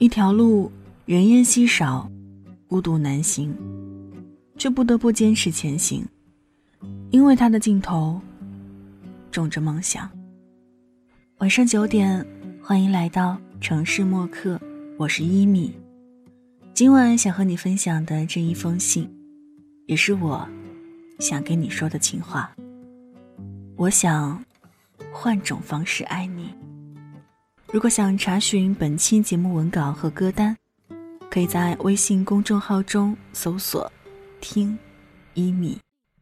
一条路人烟稀少，孤独难行，却不得不坚持前行，因为它的尽头种着梦想。晚上9点，欢迎来到城市默客，我是一米。今晚想和你分享的这一封信，也是我想跟你说的情话。我想换种方式爱你。如果想查询本期节目文稿和歌单，可以在微信公众号中搜索听一米。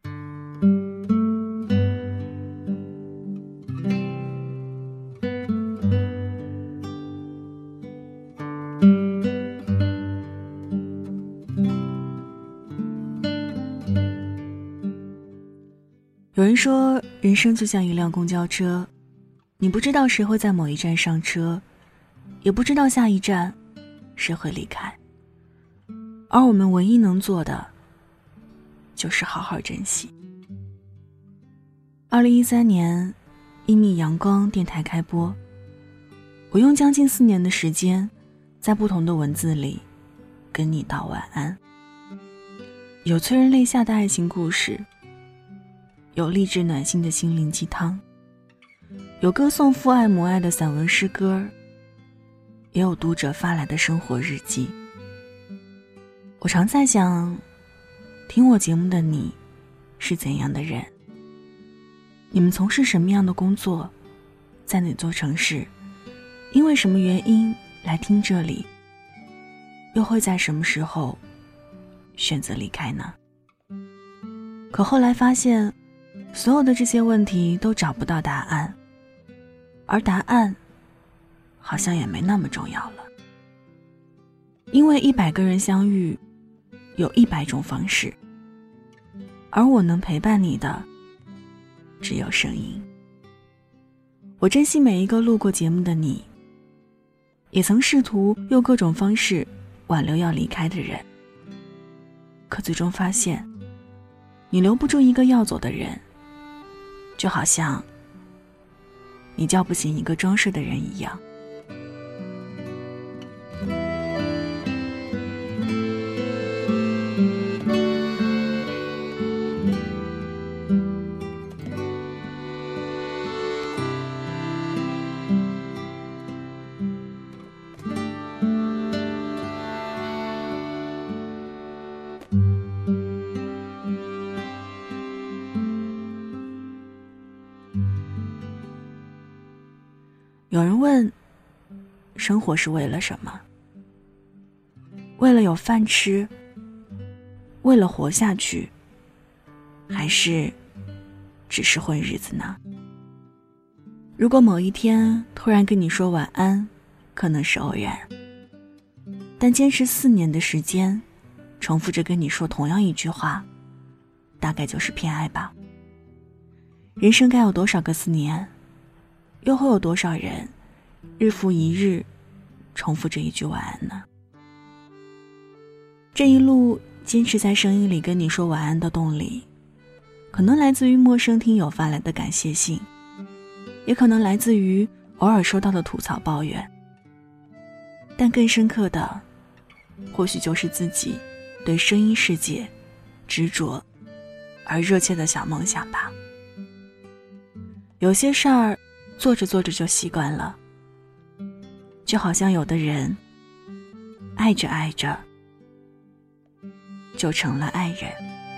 有人说，人生就像一辆公交车，你不知道谁会在某一站上车，也不知道下一站谁会离开，而我们唯一能做的就是好好珍惜。2013年一米阳光电台开播，我用将近4年的时间，在不同的文字里跟你道晚安。有催人泪下的爱情故事，有励志暖心的心灵鸡汤，有歌颂父爱母爱的散文诗歌，也有读者发来的生活日记。我常在想，听我节目的你是怎样的人？你们从事什么样的工作？在哪座城市？因为什么原因来听这里？又会在什么时候选择离开呢？可后来发现，所有的这些问题都找不到答案，而答案好像也没那么重要了。因为100个人相遇，有100种方式，而我能陪伴你的只有声音。我珍惜每一个路过节目的你，也曾试图用各种方式挽留要离开的人，可最终发现，你留不住一个要走的人，就好像你叫不醒一个装睡的人一样。有人问，生活是为了什么？为了有饭吃，为了活下去，还是只是混日子呢？如果某一天突然跟你说晚安，可能是偶然，但坚持4年的时间，重复着跟你说同样一句话，大概就是偏爱吧。人生该有多少个4年？又会有多少人日复一日重复这一句晚安呢？这一路坚持在声音里跟你说晚安的动力，可能来自于陌生听友发来的感谢信，也可能来自于偶尔收到的吐槽抱怨，但更深刻的或许就是自己对声音世界执着而热切的小梦想吧。有些事儿做着做着就习惯了，就好像有的人爱着爱着就成了爱人。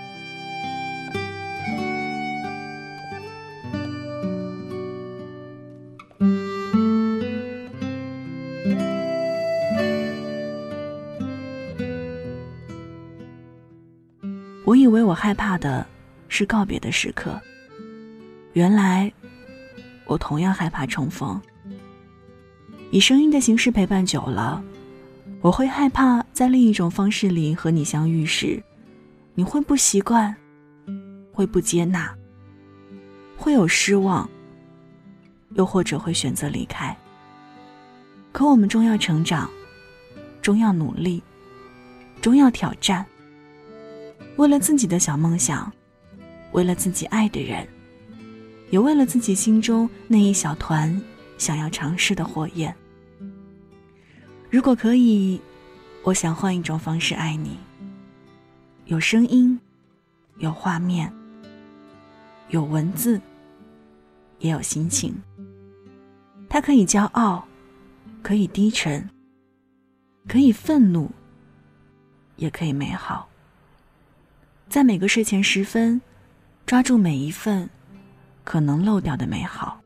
我以为我害怕的是告别的时刻，原来我同样害怕重逢。以声音的形式陪伴久了，我会害怕在另一种方式里和你相遇时，你会不习惯，会不接纳，会有失望，又或者会选择离开。可我们终要成长，终要努力，终要挑战，为了自己的小梦想，为了自己爱的人，也为了自己心中那一小团想要尝试的火焰。 如果可以，我想换一种方式爱你，有声音，有画面，有文字，也有心情。它可以骄傲，可以低沉，可以愤怒，也可以美好。在每个睡前10分，抓住每一份可能漏掉的美好。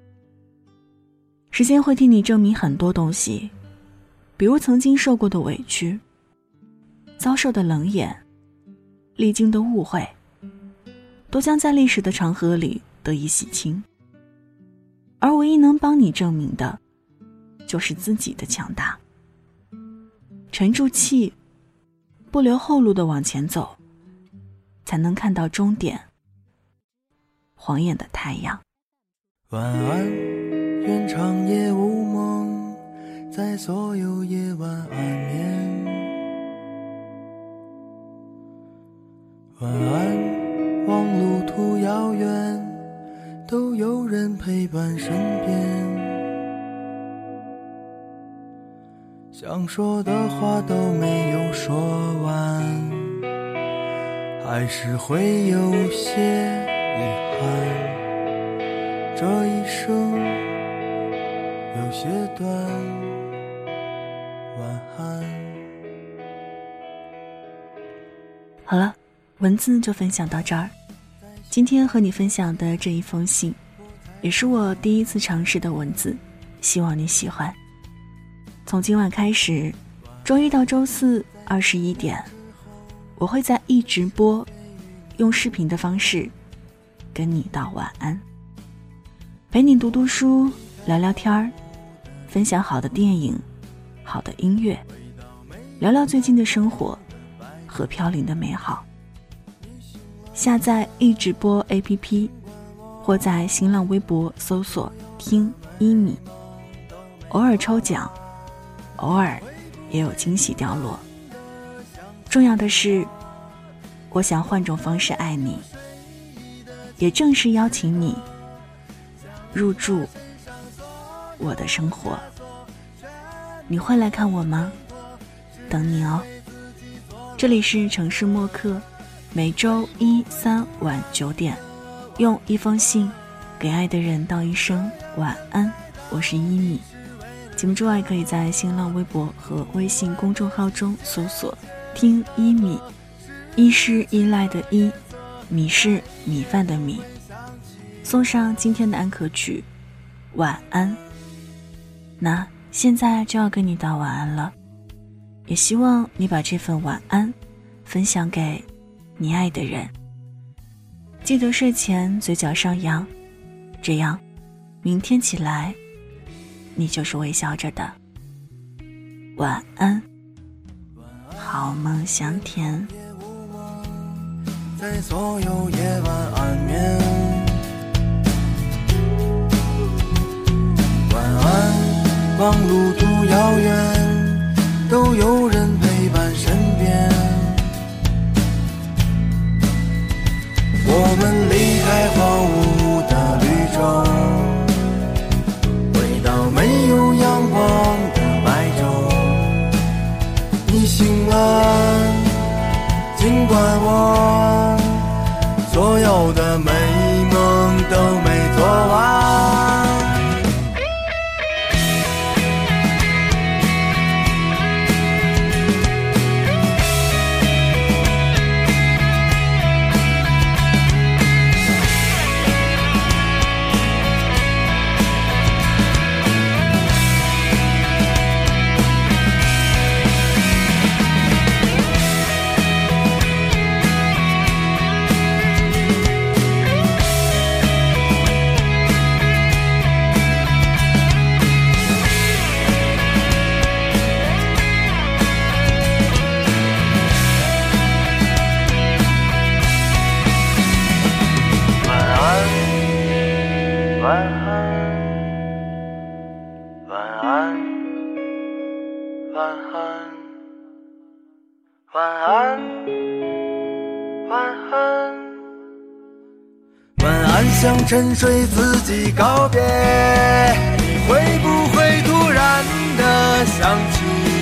时间会替你证明很多东西，比如曾经受过的委屈，遭受的冷眼，历经的误会，都将在历史的长河里得以洗清。而唯一能帮你证明的，就是自己的强大。沉住气，不留后路的往前走，才能看到终点，晃眼的太阳。 晚安，愿长夜无梦，在所有夜晚安眠。晚安，望路途遥远，都有人陪伴身边。想说的话都没有说完，还是会有些遗憾。这一生有些短，晚安。 好了，文字就分享到这儿。今天和你分享的这一封信，也是我第一次尝试的文字，希望你喜欢。从今晚开始，周一到周四21点，我会在一直播，用视频的方式跟你道晚安，陪你读读书，聊聊天儿，分享好的电影，好的音乐，聊聊最近的生活和飘零的美好。下载一直播 APP， 或在新浪微博搜索听一米，偶尔抽奖，偶尔也有惊喜掉落。重要的是，我想换种方式爱你，也正式邀请你入住我的生活。你会来看我吗？等你哦。这里是城市默客，每周1、3晚9点，用一封信给爱的人道一声晚安。我是一米。节目之外，可以在新浪微博和微信公众号中搜索听一米，一是依赖的依，米是米饭的米。送上今天的安可曲晚安。那现在就要跟你道晚安了，也希望你把这份晚安分享给你爱的人。记得睡前嘴角上扬，这样明天起来你就是微笑着的。晚安，好梦香甜。 在所有夜晚安眠。晚安，望路途遥远，都有人陪伴身边。我们离开荒芜的绿洲，回到没有阳光的白昼。你醒了，尽管我所有的美梦都没做完。晚安，晚安，晚安，晚安，晚安，晚安，向沉睡自己告别。你会不会突然的想起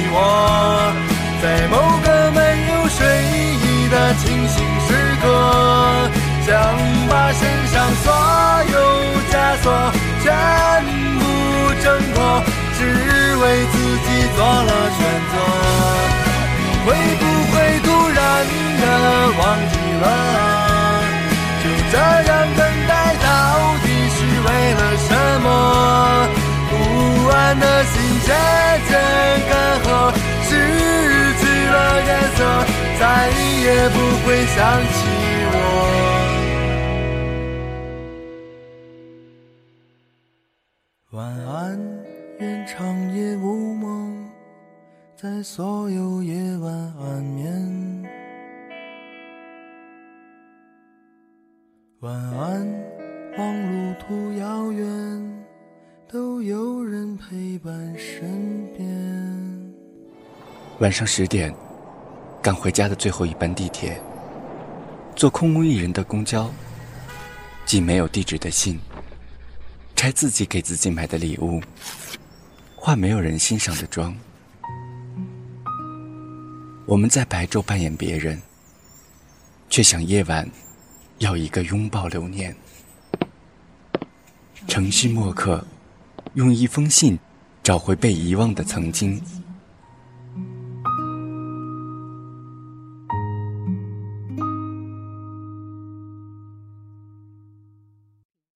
枷锁全部挣脱，只为自己做了选择。会不会突然的忘记了，就这样等待到底是为了什么？不安的心渐渐干涸，失去了颜色，再也不会想起我。晚安，愿长夜无梦，在所有夜晚安眠。晚安，望路途遥远，都有人陪伴身边。 晚上10点，赶回家的最后一班地铁，坐空无一人的公交，寄没有地址的信，拆自己给自己买的礼物，化没有人欣赏的妆。我们在白昼扮演别人，却想夜晚要一个拥抱留念。城市墨客用一封信找回被遗忘的曾经。